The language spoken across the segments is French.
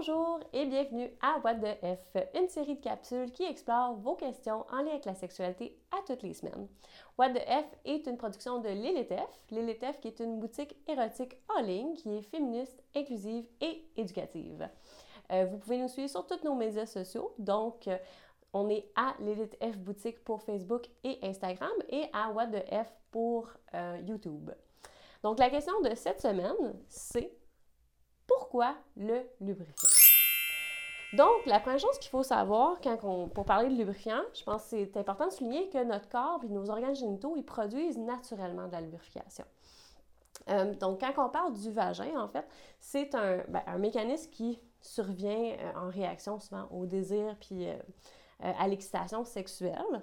Bonjour et bienvenue à What the F, une série de capsules qui explore vos questions en lien avec la sexualité à toutes les semaines. What the F est une production de Lilith F, Lilith F qui est une boutique érotique en ligne qui est féministe, inclusive et éducative. Vous pouvez nous suivre sur tous nos médias sociaux, donc on est à Lilith F Boutique pour Facebook et Instagram et à What the F pour YouTube. Donc la question de cette semaine, c'est pourquoi le lubrifiant? Donc, la première chose qu'il faut savoir pour parler de lubrifiant, je pense que c'est important de souligner que notre corps et nos organes génitaux, ils produisent naturellement de la lubrification. Donc, quand on parle du vagin, en fait, c'est un mécanisme qui survient en réaction souvent au désir puis à l'excitation sexuelle.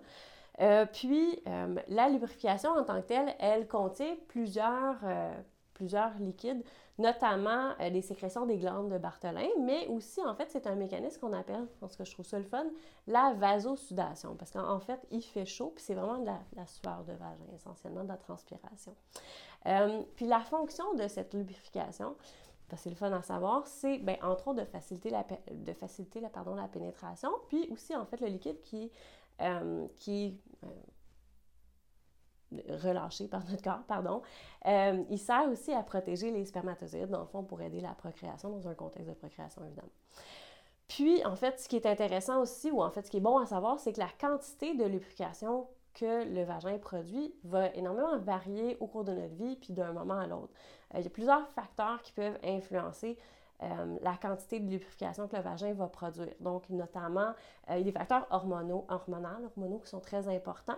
La lubrification en tant que telle, elle contient plusieurs liquides, notamment les sécrétions des glandes de Bartholin, mais aussi, en fait, c'est un mécanisme qu'on appelle, parce que je trouve ça le fun, la vasosudation, parce qu'en fait, il fait chaud, puis c'est vraiment de la sueur de vagin, essentiellement de la transpiration. Puis la fonction de cette lubrification, parce que c'est le fun à savoir, c'est, entre autres, de faciliter la pénétration, puis aussi, en fait, le liquide qui est relâché par notre corps, il sert aussi à protéger les spermatozoïdes, dans le fond, pour aider la procréation, dans un contexte de procréation, évidemment. Puis, en fait, ce qui est intéressant aussi, ou en fait, ce qui est bon à savoir, c'est que la quantité de lubrification que le vagin produit va énormément varier au cours de notre vie, puis d'un moment à l'autre. Il y a plusieurs facteurs qui peuvent influencer la quantité de lubrification que le vagin va produire. Donc, notamment, il y a des facteurs hormonaux qui sont très importants.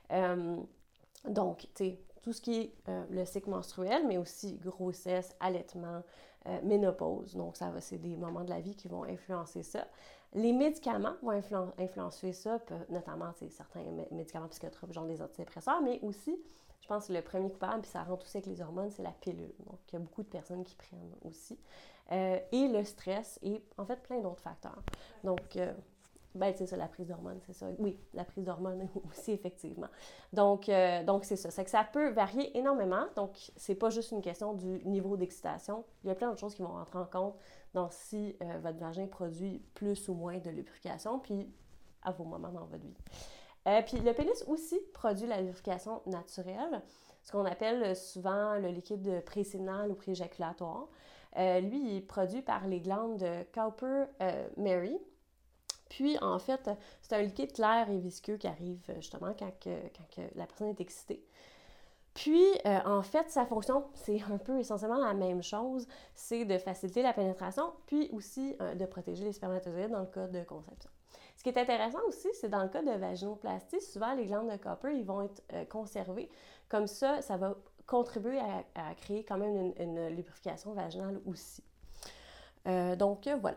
Donc, tu sais, tout ce qui est le cycle menstruel, mais aussi grossesse, allaitement, ménopause. Donc, c'est des moments de la vie qui vont influencer ça. Les médicaments vont influencer ça, notamment certains médicaments psychotropes, genre des antidépresseurs, mais aussi, je pense que le premier coupable, puis ça rentre aussi avec les hormones, c'est la pilule. Donc, il y a beaucoup de personnes qui prennent aussi. Et le stress et, en fait, plein d'autres facteurs. Donc, c'est ça, la prise d'hormones, c'est ça. Oui, la prise d'hormones aussi, effectivement. Donc c'est ça. C'est que ça peut varier énormément. Donc, c'est pas juste une question du niveau d'excitation. Il y a plein d'autres choses qui vont rentrer en compte dans si votre vagin produit plus ou moins de lubrification, puis à vos moments dans votre vie. Puis le pénis aussi produit la lubrification naturelle, ce qu'on appelle souvent le liquide préséminal ou prééjaculatoire. Lui, il est produit par les glandes de Cowper-Mary. Puis, en fait, c'est un liquide clair et visqueux qui arrive justement quand la personne est excitée. Puis, en fait, sa fonction, c'est un peu essentiellement la même chose, c'est de faciliter la pénétration, puis aussi de protéger les spermatozoïdes dans le cas de conception. Ce qui est intéressant aussi, c'est dans le cas de vaginoplastie, souvent les glandes de Cowper, ils vont être conservées. Comme ça va contribuer à créer quand même une lubrification vaginale aussi. Donc, voilà.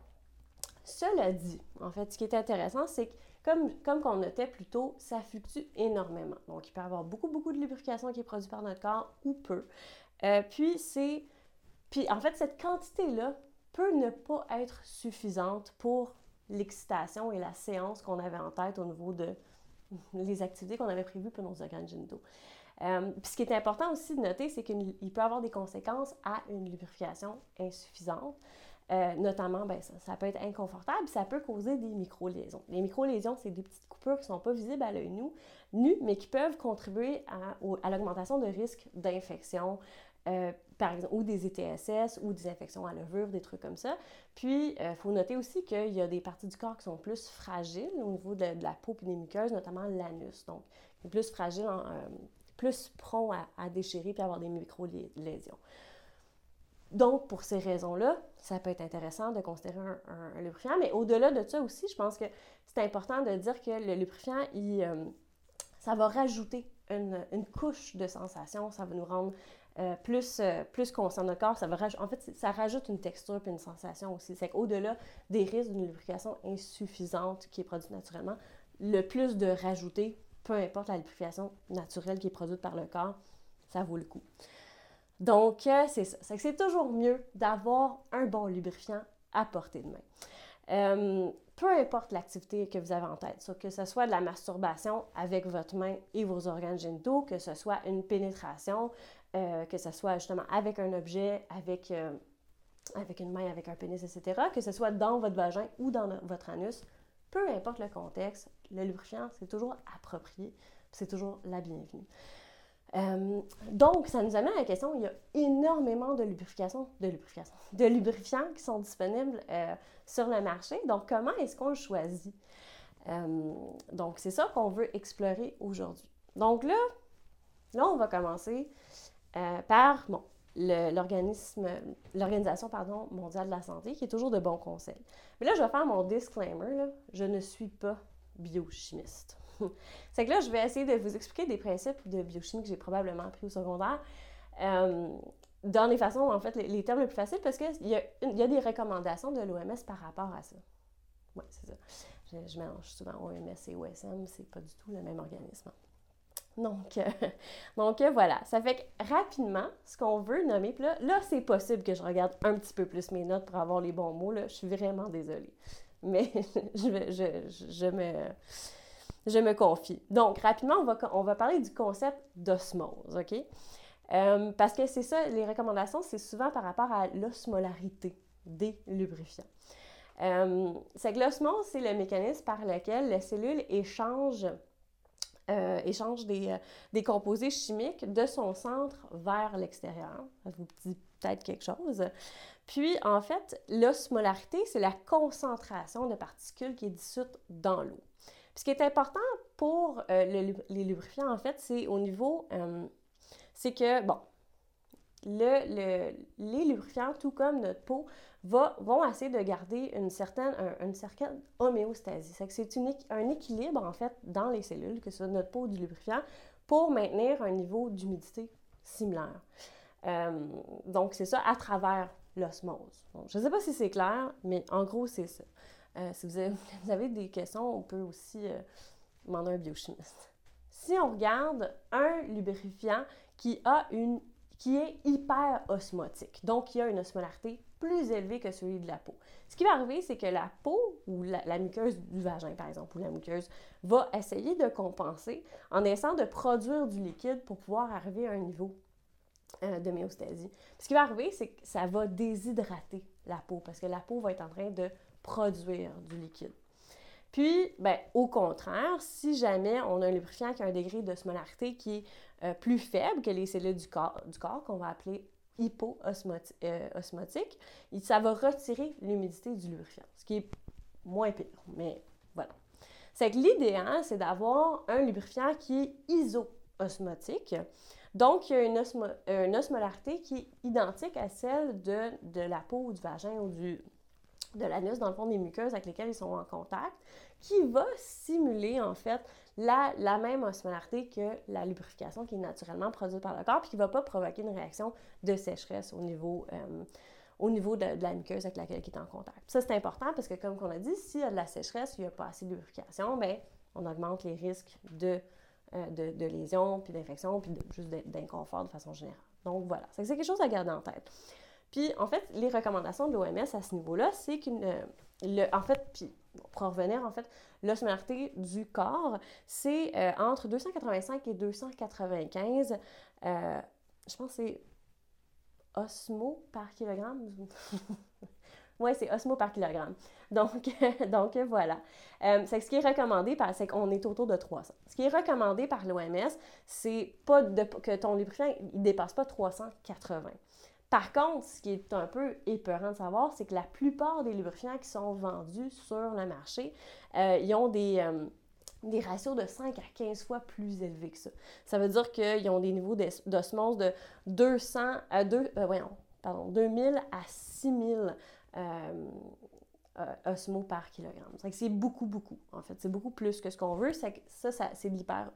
Cela dit, en fait, ce qui est intéressant, c'est que comme qu'on notait plus tôt, ça fluctue énormément. Donc, il peut y avoir beaucoup de lubrification qui est produite par notre corps ou peu. Puis, en fait, cette quantité-là peut ne pas être suffisante pour l'excitation et la séance qu'on avait en tête au niveau de les activités qu'on avait prévues pour nos organes génitaux. Puis ce qui est important aussi de noter, c'est qu'il peut avoir des conséquences à une lubrification insuffisante. Notamment, ça peut être inconfortable, ça peut causer des micro-lésions. Les micro-lésions, c'est des petites coupures qui ne sont pas visibles à l'œil nu, mais qui peuvent contribuer à l'augmentation de risques d'infection, par exemple, ou des ETSS, ou des infections à levure, des trucs comme ça. Puis, il faut noter aussi qu'il y a des parties du corps qui sont plus fragiles au niveau de la peau et des muqueuses, notamment l'anus. Donc, plus fragile, plus prompt à déchirer puis avoir des micro-lésions. Donc, pour ces raisons-là, ça peut être intéressant de considérer un lubrifiant, mais au-delà de ça aussi, je pense que c'est important de dire que le lubrifiant, ça va rajouter une couche de sensation, ça va nous rendre plus conscient de notre corps, en fait, ça rajoute une texture et une sensation aussi. C'est qu'au-delà des risques d'une lubrification insuffisante qui est produite naturellement, le plus de rajouter, peu importe la lubrification naturelle qui est produite par le corps, ça vaut le coup. Donc, c'est ça. C'est toujours mieux d'avoir un bon lubrifiant à portée de main. Peu importe l'activité que vous avez en tête, que ce soit de la masturbation avec votre main et vos organes génitaux, que ce soit une pénétration, que ce soit justement avec un objet, avec avec une main, avec un pénis, etc., que ce soit dans votre vagin ou dans votre anus, peu importe le contexte, le lubrifiant, c'est toujours approprié, c'est toujours la bienvenue. Donc, ça nous amène à la question, il y a énormément de lubrifiants qui sont disponibles sur le marché. Donc, comment est-ce qu'on le choisit? Donc, c'est ça qu'on veut explorer aujourd'hui. Donc là, on va commencer par l'Organisation mondiale de la santé, qui est toujours de bons conseils. Mais là, je vais faire mon disclaimer, là, je ne suis pas biochimiste. C'est que là, je vais essayer de vous expliquer des principes de biochimie que j'ai probablement appris au secondaire, dans les façons, en fait, les termes les plus faciles, parce qu'il y a des recommandations de l'OMS par rapport à ça. Oui, c'est ça. Je mélange souvent OMS et OSM, c'est pas du tout le même organisme. Donc voilà, ça fait que rapidement, ce qu'on veut nommer, puis là c'est possible que je regarde un petit peu plus mes notes pour avoir les bons mots, là, je suis vraiment désolée, mais je me confie. Donc rapidement, on va parler du concept d'osmose, OK? Parce que c'est ça, les recommandations, c'est souvent par rapport à l'osmolarité des lubrifiants. C'est que l'osmose, c'est le mécanisme par lequel les cellules échangent des composés chimiques de son centre vers l'extérieur. Ça vous dit peut-être quelque chose. Puis, en fait, l'osmolarité, c'est la concentration de particules qui est dissoute dans l'eau. Puis, ce qui est important pour les lubrifiants, en fait, c'est au niveau... c'est que, bon, les lubrifiants, tout comme notre peau, vont essayer de garder une certaine homéostasie. C'est un équilibre, en fait, dans les cellules, que ce soit notre peau ou du lubrifiant, pour maintenir un niveau d'humidité similaire. Donc, c'est ça à travers l'osmose. Bon, je ne sais pas si c'est clair, mais en gros, c'est ça. Si vous avez des questions, on peut aussi demander à un biochimiste. Si on regarde un lubrifiant qui est hyper osmotique, donc qui a une osmolarité plus élevée que celui de la peau. Ce qui va arriver, c'est que la peau ou la muqueuse du vagin, par exemple, ou la muqueuse, va essayer de compenser en essayant de produire du liquide pour pouvoir arriver à un niveau d'homéostasie. Ce qui va arriver, c'est que ça va déshydrater la peau, parce que la peau va être en train de produire du liquide. Puis, au contraire, si jamais on a un lubrifiant qui a un degré d'osmolarité qui est plus faible que les cellules du corps qu'on va appeler hypo-osmotique, ça va retirer l'humidité du lubrifiant, ce qui est moins pire, mais voilà. C'est que l'idéal, c'est d'avoir un lubrifiant qui est iso-osmotique, donc il y a une osmolarité qui est identique à celle de la peau ou du vagin ou de l'anus, dans le fond des muqueuses avec lesquelles ils sont en contact, qui va simuler en fait la même osmolarité que la lubrification qui est naturellement produite par le corps, puis qui ne va pas provoquer une réaction de sécheresse au niveau de la muqueuse avec laquelle il est en contact. Puis ça, c'est important parce que, comme on a dit, s'il y a de la sécheresse, il n'y a pas assez de lubrification, on augmente les risques de lésions, puis d'infections, puis juste d'inconfort de façon générale. Donc voilà, c'est quelque chose à garder en tête. Puis, en fait, les recommandations de l'OMS à ce niveau-là, c'est pour revenir, en fait, l'osmolarité du corps, c'est entre 285 et 295, je pense que c'est osmo par kilogramme. Oui, c'est osmo par kilogramme. Donc voilà. C'est ce qui est recommandé, c'est qu'on est autour de 300. Ce qui est recommandé par l'OMS, c'est pas que ton lubrifiant ne dépasse pas 380. Par contre, ce qui est un peu épeurant de savoir, c'est que la plupart des lubrifiants qui sont vendus sur le marché, ils ont des ratios de 5 à 15 fois plus élevés que ça. Ça veut dire qu'ils ont des niveaux d'osmose de 2000 à 6000 osmos par kilogramme. C'est beaucoup, beaucoup, en fait. C'est beaucoup plus que ce qu'on veut. C'est hyper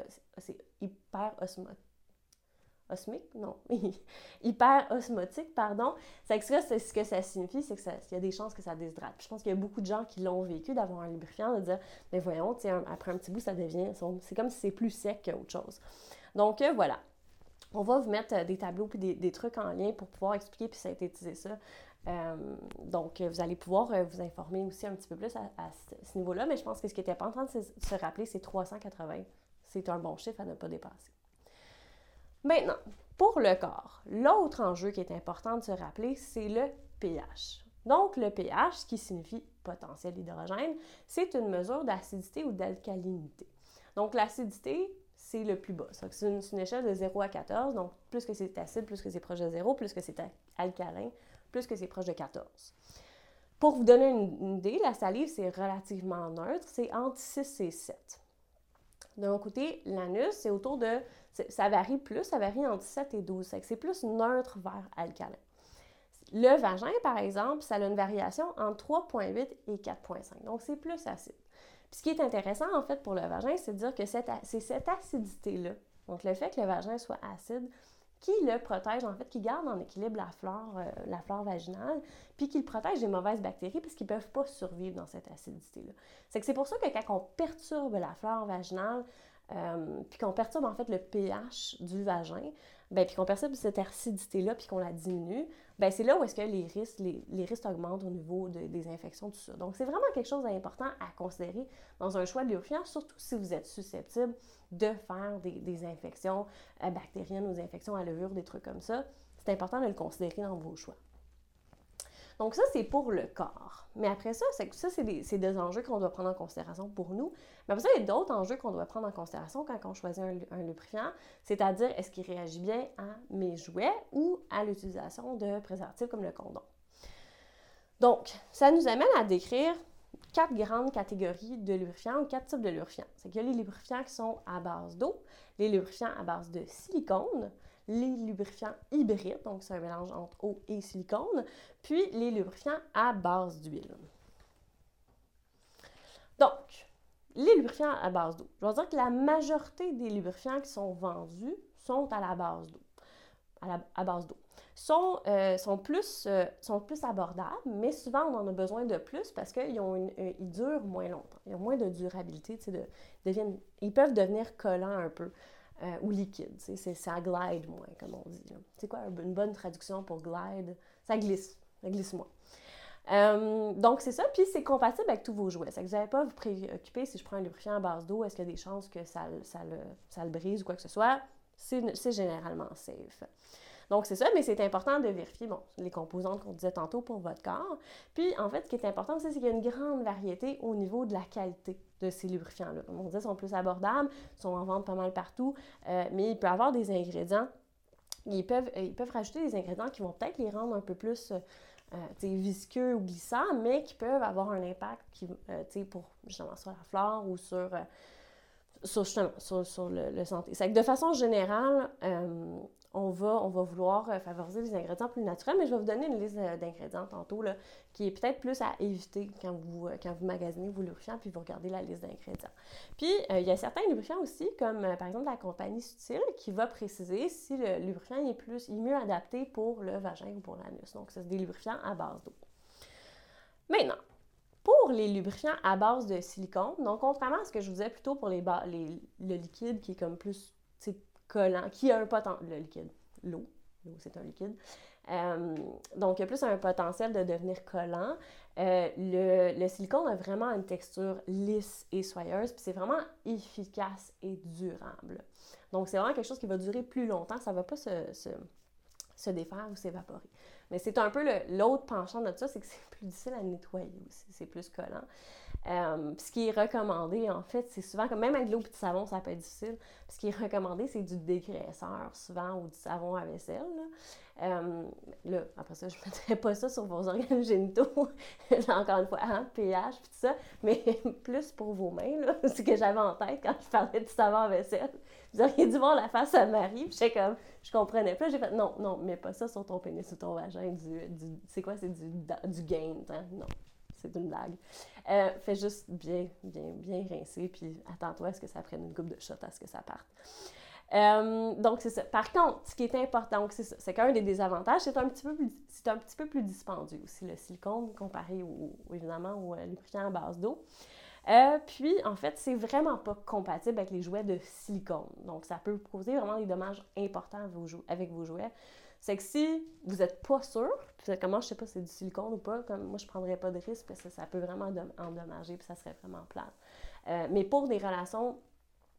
osmique, non, hyper osmotique, pardon. C'est ce que ça signifie, c'est qu'il y a des chances que ça déshydrate. Puis je pense qu'il y a beaucoup de gens qui l'ont vécu, d'avoir un lubrifiant, de dire, mais voyons, après un petit bout, c'est comme si c'est plus sec qu'autre chose. Donc, voilà. On va vous mettre des tableaux puis des trucs en lien pour pouvoir expliquer puis synthétiser ça. Donc, vous allez pouvoir vous informer aussi un petit peu plus à ce niveau-là, mais je pense que ce qui était important de se rappeler, c'est 380. C'est un bon chiffre à ne pas dépasser. Maintenant, pour le corps, l'autre enjeu qui est important de se rappeler, c'est le pH. Donc, le pH, ce qui signifie potentiel d'hydrogène, c'est une mesure d'acidité ou d'alcalinité. Donc, l'acidité, c'est le plus bas. C'est une échelle de 0 à 14. Donc, plus que c'est acide, plus que c'est proche de 0, plus que c'est alcalin, plus que c'est proche de 14. Pour vous donner une idée, la salive, c'est relativement neutre. C'est entre 6 et 7. D'un côté, l'anus, c'est autour de... Ça varie plus, ça varie entre 7 et 12. C'est plus neutre vers alcalin. Le vagin, par exemple, ça a une variation entre 3,8 et 4,5. Donc, c'est plus acide. Puis, ce qui est intéressant, en fait, pour le vagin, c'est de dire que c'est cette acidité-là, donc le fait que le vagin soit acide, qui le protège, en fait, qui garde en équilibre la flore vaginale, puis qui le protège des mauvaises bactéries, parce qu'ils ne peuvent pas survivre dans cette acidité-là. C'est pour ça que quand on perturbe la flore vaginale, puis qu'on perturbe, en fait, le pH du vagin, bien, puis qu'on perturbe cette acidité-là, puis qu'on la diminue, bien, c'est là où est-ce que les risques augmentent au niveau des infections, tout ça. Donc, c'est vraiment quelque chose d'important à considérer dans un choix de lubrifiant, surtout si vous êtes susceptible de faire des infections bactériennes ou des infections à levure, des trucs comme ça. C'est important de le considérer dans vos choix. Donc ça, c'est pour le corps. Mais après ça, c'est des enjeux qu'on doit prendre en considération pour nous. Mais après ça, il y a d'autres enjeux qu'on doit prendre en considération quand on choisit un lubrifiant, c'est-à-dire est-ce qu'il réagit bien à mes jouets ou à l'utilisation de préservatifs comme le condom. Donc, ça nous amène à décrire 4 grandes catégories de lubrifiants ou 4 types de lubrifiants. C'est qu'il y a les lubrifiants qui sont à base d'eau, les lubrifiants à base de silicone, les lubrifiants hybrides, donc c'est un mélange entre eau et silicone, puis les lubrifiants à base d'huile. Donc, les lubrifiants à base d'eau. Je vais dire que la majorité des lubrifiants qui sont vendus sont à la base d'eau. À base d'eau. Sont plus abordables, mais souvent on en a besoin de plus parce qu'ils durent moins longtemps. Ils ont moins de durabilité, ils peuvent devenir collants un peu. Ou liquide, ça glide moins, comme on dit. C'est quoi une bonne traduction pour glide? Ça glisse moins. Donc, c'est ça, puis c'est compatible avec tous vos jouets. C'est que vous n'allez pas vous préoccuper si je prends un lubrifiant à base d'eau, est-ce qu'il y a des chances que ça le brise ou quoi que ce soit? C'est généralement safe. Donc, c'est ça, mais c'est important de vérifier, les composantes qu'on disait tantôt pour votre corps. Puis, en fait, ce qui est important aussi, c'est qu'il y a une grande variété au niveau de la qualité de ces lubrifiants-là. Comme on disait, ils sont plus abordables, ils sont en vente pas mal partout, mais il peut y avoir des ingrédients, ils peuvent rajouter des ingrédients qui vont peut-être les rendre un peu plus visqueux ou glissants, mais qui peuvent avoir un impact pour justement sur la flore ou sur le santé. C'est que de façon générale, on va vouloir favoriser les ingrédients plus naturels, mais je vais vous donner une liste d'ingrédients tantôt là, qui est peut-être plus à éviter quand vous magasinez vos lubrifiants puis vous regardez la liste d'ingrédients. Puis, il y a certains lubrifiants aussi, comme par exemple la compagnie Sutil, qui va préciser si le lubrifiant est mieux adapté pour le vagin ou pour l'anus. Donc, c'est des lubrifiants à base d'eau. Maintenant, pour les lubrifiants à base de silicone, donc contrairement à ce que je vous disais plutôt pour le liquide qui est comme plus collant, qui a un potentiel, le liquide, l'eau c'est un liquide, donc il y a plus un potentiel de devenir collant. Le silicone a vraiment une texture lisse et soyeuse, puis c'est vraiment efficace et durable. Donc c'est vraiment quelque chose qui va durer plus longtemps, ça ne va pas se défaire ou s'évaporer. Mais c'est un peu l'autre penchant de ça, c'est que c'est plus difficile à nettoyer aussi, c'est plus collant. Ce qui est recommandé, en fait, c'est souvent, même avec de l'eau et du savon, ça peut être difficile. Ce qui est recommandé, c'est du dégraisseur, souvent, ou du savon à vaisselle. Là, après ça, je ne mettrai pas ça sur vos organes génitaux, encore une fois, pH, puis tout ça, mais plus pour vos mains, là, c'est ce que j'avais en tête quand je parlais du savon à vaisselle. Vous auriez dû voir la face à Marie, puis j'étais comme, je comprenais pas, j'ai fait, non, mets pas ça sur ton pénis ou ton vagin, c'est quoi, c'est du gain, hein? Non. C'est une blague. Fais juste bien rincer, puis attends-toi à ce que ça prenne une coupe de shot, à ce que ça parte. Donc, c'est ça. Par contre, ce qui est important, c'est qu'un des désavantages, c'est un petit peu plus dispendieux aussi, le silicone, comparé évidemment au lubrifiant à base d'eau. Puis, en fait, c'est vraiment pas compatible avec les jouets de silicone. Donc, ça peut causer vraiment des dommages importants avec vos jouets. C'est que si vous n'êtes pas sûr, puis vous êtes comme, je sais pas si c'est du silicone ou pas, comme moi, je ne prendrais pas de risque parce que ça peut vraiment endommager, puis ça serait vraiment plate. Mais pour des relations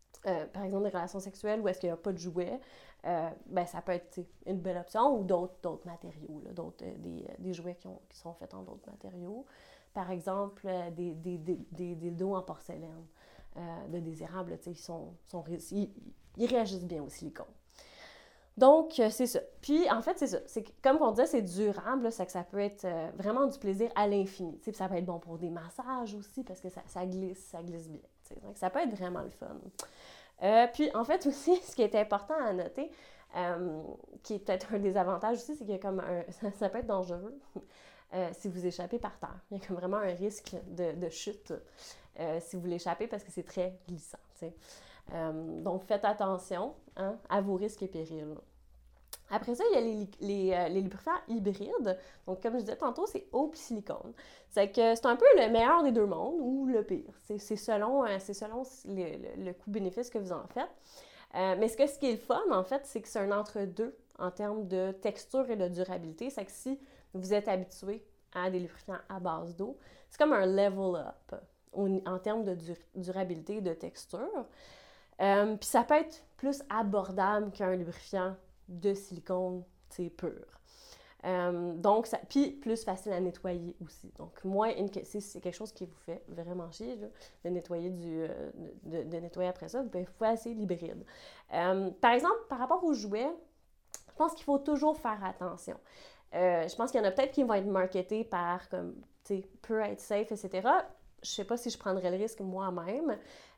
par exemple des relations sexuelles où est-ce qu'il n'y a pas de jouets, ben ça peut être une belle option, ou d'autres matériaux, là, des jouets qui sont faits en d'autres matériaux. Par exemple, des dildos en porcelaine de désirable, ils réagissent bien au silicone. Donc, c'est ça. Puis, en fait, c'est ça. C'est comme on disait, c'est durable, là, c'est que ça peut être vraiment du plaisir à l'infini. Puis ça peut être bon pour des massages aussi, parce que ça glisse bien. Donc, ça peut être vraiment le fun. Puis, en fait, aussi, ce qui est important à noter, qui est peut-être un des avantages aussi, c'est qu'il y a comme ça peut être dangereux si vous échappez par terre. Il y a comme vraiment un risque de chute si vous l'échappez parce que c'est très glissant. Donc, faites attention à vos risques et périls. Après ça, il y a les lubrifiants hybrides. Donc, comme je disais tantôt, c'est eau puis silicone. C'est que c'est un peu le meilleur des deux mondes ou le pire. C'est selon le coût-bénéfice que vous en faites. Mais ce qui est le fun, en fait, c'est que c'est un entre-deux en termes de texture et de durabilité. C'est que si vous êtes habitué à des lubrifiants à base d'eau, c'est comme un level up en termes de durabilité et de texture. Puis ça peut être plus abordable qu'un lubrifiant de silicone, pur. Donc, puis plus facile à nettoyer aussi. Donc, moins, c'est quelque chose qui vous fait vraiment chier, là, de nettoyer de nettoyer après ça, vous pouvez essayer l'hybride. Par exemple, par rapport aux jouets, je pense qu'il faut toujours faire attention. Je pense qu'il y en a peut-être qui vont être marketés par, comme, tu sais, peut être safe, etc. Je sais pas si je prendrais le risque moi-même.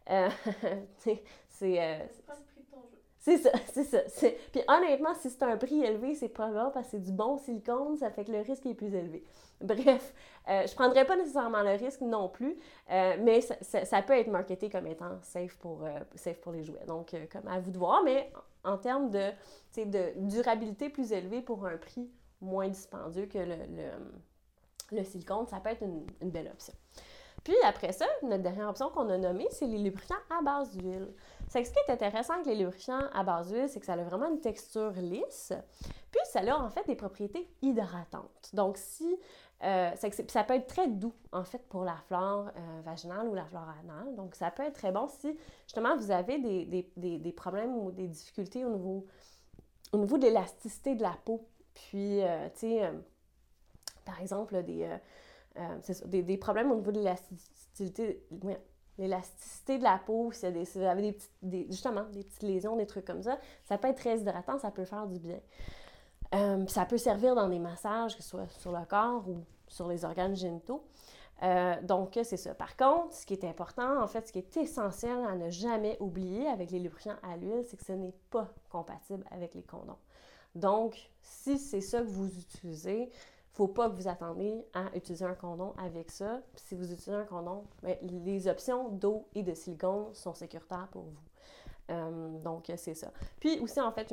C'est ça. Puis honnêtement, si c'est un prix élevé, c'est pas grave parce que c'est du bon silicone, ça fait que le risque est plus élevé. Bref, je prendrais pas nécessairement le risque non plus, mais ça peut être marketé comme étant safe pour les jouets. Donc, comme à vous de voir, mais en termes de durabilité plus élevée pour un prix moins dispendieux que le silicone, ça peut être une belle option. Puis après ça, notre dernière option qu'on a nommée, c'est les lubrifiants à base d'huile. C'est que ce qui est intéressant avec les lubrifiants à base d'huile, c'est que ça a vraiment une texture lisse, puis ça a en fait des propriétés hydratantes. Donc ça peut être très doux en fait pour la flore vaginale ou la flore anale. Donc ça peut être très bon si justement vous avez des problèmes ou des difficultés au niveau de l'élasticité de la peau. Puis, par exemple, des problèmes au niveau de l'élasticité de la peau, si vous avez justement des petites lésions, des trucs comme ça peut être très hydratant, ça peut faire du bien. Ça peut servir dans des massages, que ce soit sur le corps ou sur les organes génitaux. Donc, c'est ça. Par contre, ce qui est important, en fait, ce qui est essentiel à ne jamais oublier avec les lubrifiants à l'huile, c'est que ce n'est pas compatible avec les condoms. Donc, si c'est ça que vous utilisez, il ne faut pas que vous attendiez à utiliser un condom avec ça. Puis si vous utilisez un condom, bien, les options d'eau et de silicone sont sécuritaires pour vous. Donc, c'est ça. Puis aussi, en fait,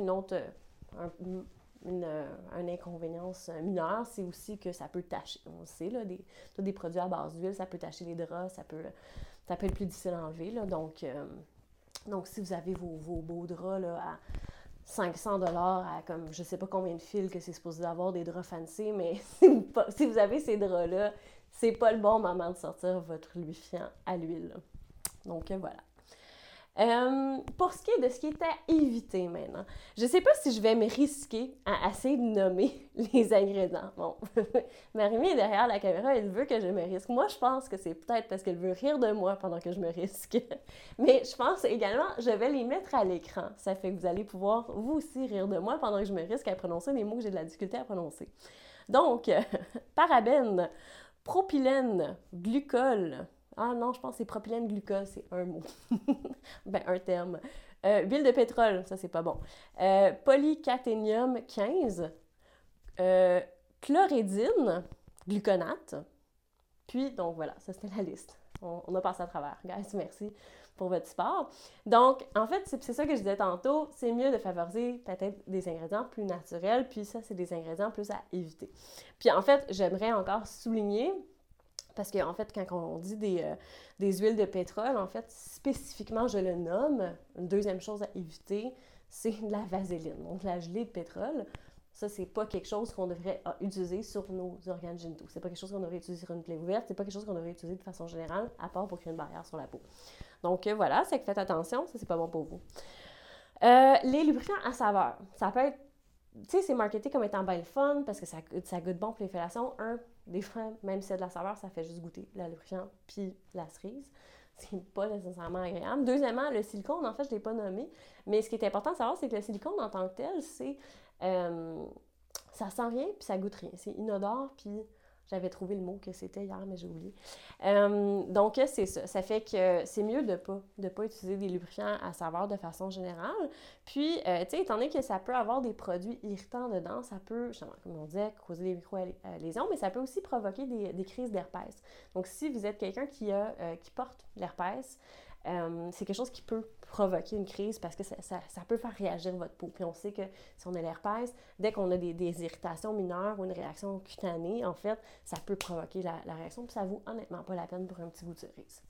une inconvénience mineure, c'est aussi que ça peut tacher. On le sait, là, des produits à base d'huile, ça peut tacher les draps, ça peut être plus difficile à enlever. Là, donc, si vous avez vos beaux draps là, à 500$ à comme je sais pas combien de fils que c'est supposé avoir des draps fancy, mais si vous avez ces draps-là, c'est pas le bon moment de sortir votre lubrifiant à l'huile. Donc voilà. Pour ce qui est de ce qui est à éviter maintenant, je sais pas si je vais me risquer à essayer de nommer les ingrédients. Bon, Marie-Mie est derrière la caméra, elle veut que je me risque. Moi, je pense que c'est peut-être parce qu'elle veut rire de moi pendant que je me risque. Mais je pense également, je vais les mettre à l'écran. Ça fait que vous allez pouvoir, vous aussi, rire de moi pendant que je me risque à prononcer les mots que j'ai de la difficulté à prononcer. Donc, parabènes, propylène, glucole. Ah non, je pense que c'est propylène glucose, c'est un mot. Ben, un terme. Huile de pétrole, ça c'est pas bon. Polycaténium 15. Chlorédine, gluconate. Puis, donc voilà, ça c'était la liste. On a passé à travers. Guys, merci pour votre support. Donc, en fait, c'est ça que je disais tantôt, c'est mieux de favoriser peut-être des ingrédients plus naturels, puis ça, c'est des ingrédients plus à éviter. Puis en fait, j'aimerais encore souligner, parce qu'en fait, quand on dit des huiles de pétrole, en fait, spécifiquement, je le nomme, une deuxième chose à éviter, c'est de la vaseline. Donc, la gelée de pétrole, Ça, c'est pas quelque chose qu'on devrait utiliser sur nos organes génitaux. C'est pas quelque chose qu'on devrait utiliser sur une plaie ouverte. C'est pas quelque chose qu'on devrait utiliser de façon générale, à part pour créer une barrière sur la peau. Donc, voilà, c'est que faites attention, ça, c'est pas bon pour vous. Les lubrifiants à saveur. Ça peut être, tu sais, c'est marketé comme étant bien le fun parce que ça goûte bon pour les fellations. Des fois, même si c'est de la saveur, ça fait juste goûter la lubrifiant puis la cerise. C'est pas nécessairement agréable. Deuxièmement, le silicone, en fait, je ne l'ai pas nommé, mais ce qui est important de savoir, c'est que le silicone en tant que tel, c'est ça sent rien puis ça goûte rien. C'est inodore, puis j'avais trouvé le mot que c'était hier, mais j'ai oublié. Donc, c'est ça. Ça fait que c'est mieux de pas utiliser des lubrifiants à saveur de façon générale. Puis, tu sais, étant donné que ça peut avoir des produits irritants dedans, ça peut, justement, comme on disait, causer des micro-lésions, mais ça peut aussi provoquer des crises d'herpès. Donc, si vous êtes quelqu'un qui porte l'herpès, c'est quelque chose qui peut provoquer une crise parce que ça peut faire réagir votre peau. Puis on sait que si on a l'herpès, dès qu'on a des irritations mineures ou une réaction cutanée, en fait, ça peut provoquer la réaction. Puis ça vaut honnêtement pas la peine pour un petit bout de cerise.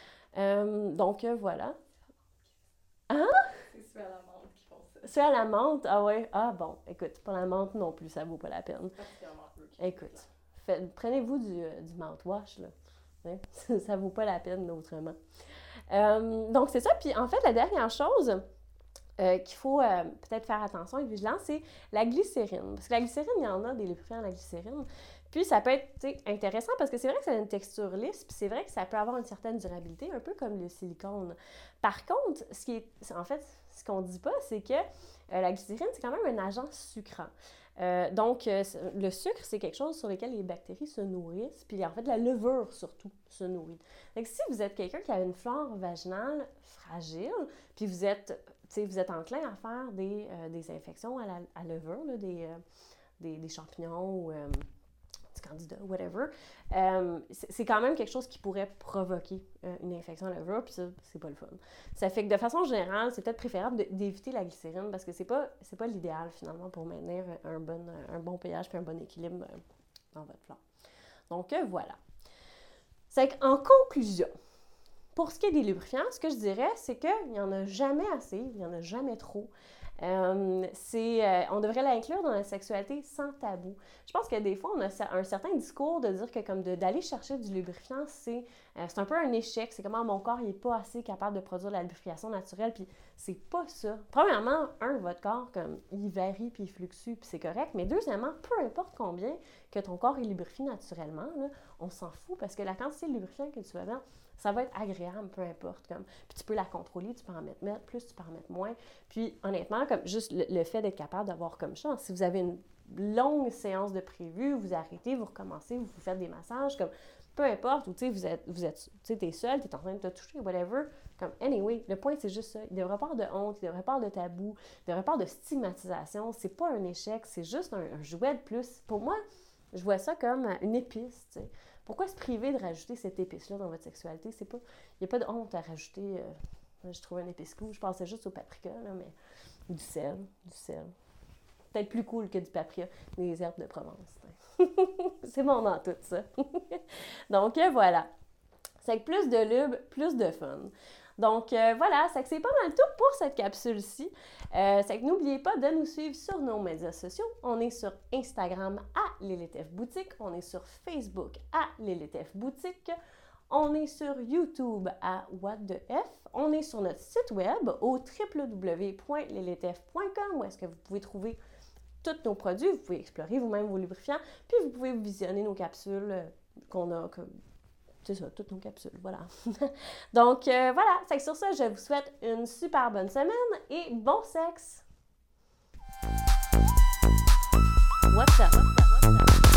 Donc voilà. Hein? C'est ceux à la menthe qui font ça. Ceux à la menthe? Ah ouais? Ah bon, écoute, pour la menthe non plus, ça vaut pas la peine. Écoute, prenez-vous du mouthwash, là. Hein? Ça vaut pas la peine autrement. Donc, c'est ça. Puis, en fait, la dernière chose qu'il faut peut-être faire attention et être vigilant, c'est la glycérine. Parce que la glycérine, il y en a des lubrifiants à la glycérine. Puis, ça peut être intéressant parce que c'est vrai que ça a une texture lisse, puis c'est vrai que ça peut avoir une certaine durabilité, un peu comme le silicone. Par contre, ce qu'on ne dit pas, c'est que la glycérine, c'est quand même un agent sucrant. Donc, le sucre, c'est quelque chose sur lequel les bactéries se nourrissent, puis en fait, la levure, surtout, se nourrit. Donc, si vous êtes quelqu'un qui a une flore vaginale fragile, puis vous êtes enclin à faire des infections à levure, là, des champignons ou du candida, whatever, c'est quand même quelque chose qui pourrait provoquer une infection à la levure, puis ça, c'est pas le fun. Ça fait que de façon générale, c'est peut-être préférable d'éviter la glycérine parce que c'est pas l'idéal finalement pour maintenir un bon pH puis un bon équilibre dans votre flore. Donc voilà. C'est qu'en conclusion, pour ce qui est des lubrifiants, ce que je dirais, c'est qu'il n'y en a jamais assez, il n'y en a jamais trop. On devrait l'inclure dans la sexualité sans tabou. Je pense que des fois, on a un certain discours de dire que comme d'aller chercher du lubrifiant, c'est un peu un échec. C'est comme mon corps n'est pas assez capable de produire de la lubrification naturelle, puis c'est pas ça. Premièrement, votre corps, comme il varie, puis il fluctue, puis c'est correct. Mais deuxièmement, peu importe combien que ton corps est lubrifié naturellement, là, on s'en fout parce que la quantité de lubrifiant que tu vas mettre, ça va être agréable, peu importe. Puis tu peux la contrôler, tu peux en mettre plus, tu peux en mettre moins. Puis honnêtement, comme juste le fait d'être capable d'avoir comme ça, si vous avez une longue séance de prévu, vous arrêtez, vous recommencez, vous faites des massages, comme peu importe, ou tu sais, t'es seul, t'es en train de te toucher, whatever, comme anyway, le point c'est juste ça. Il ne devrait pas avoir de honte, il ne devrait pas avoir de tabou, il ne devrait pas avoir de stigmatisation, c'est pas un échec, c'est juste un jouet de plus. Pour moi, je vois ça comme une épice, tu sais. Pourquoi se priver de rajouter cette épice-là dans votre sexualité? Il n'y a pas de honte à rajouter. Je trouve un épice cool. Je pensais juste au paprika, là, mais du sel. Peut-être plus cool que du paprika, des herbes de Provence. C'est bon dans tout ça. Donc, voilà. C'est que plus de lube, plus de fun. Donc, voilà, c'est que c'est pas mal tout pour cette capsule-ci. C'est que n'oubliez pas de nous suivre sur nos médias sociaux. On est sur Instagram à Lilith F Boutique. On est sur Facebook à Lilith F Boutique. On est sur YouTube à What the F. On est sur notre site web au www.lilithf.com où est-ce que vous pouvez trouver tous nos produits. Vous pouvez explorer vous-même vos lubrifiants. Puis, vous pouvez visionner nos capsules qu'on a... C'est ça, toutes nos capsules, voilà. Donc, voilà, c'est que sur ça, je vous souhaite une super bonne semaine et bon sexe! What's up?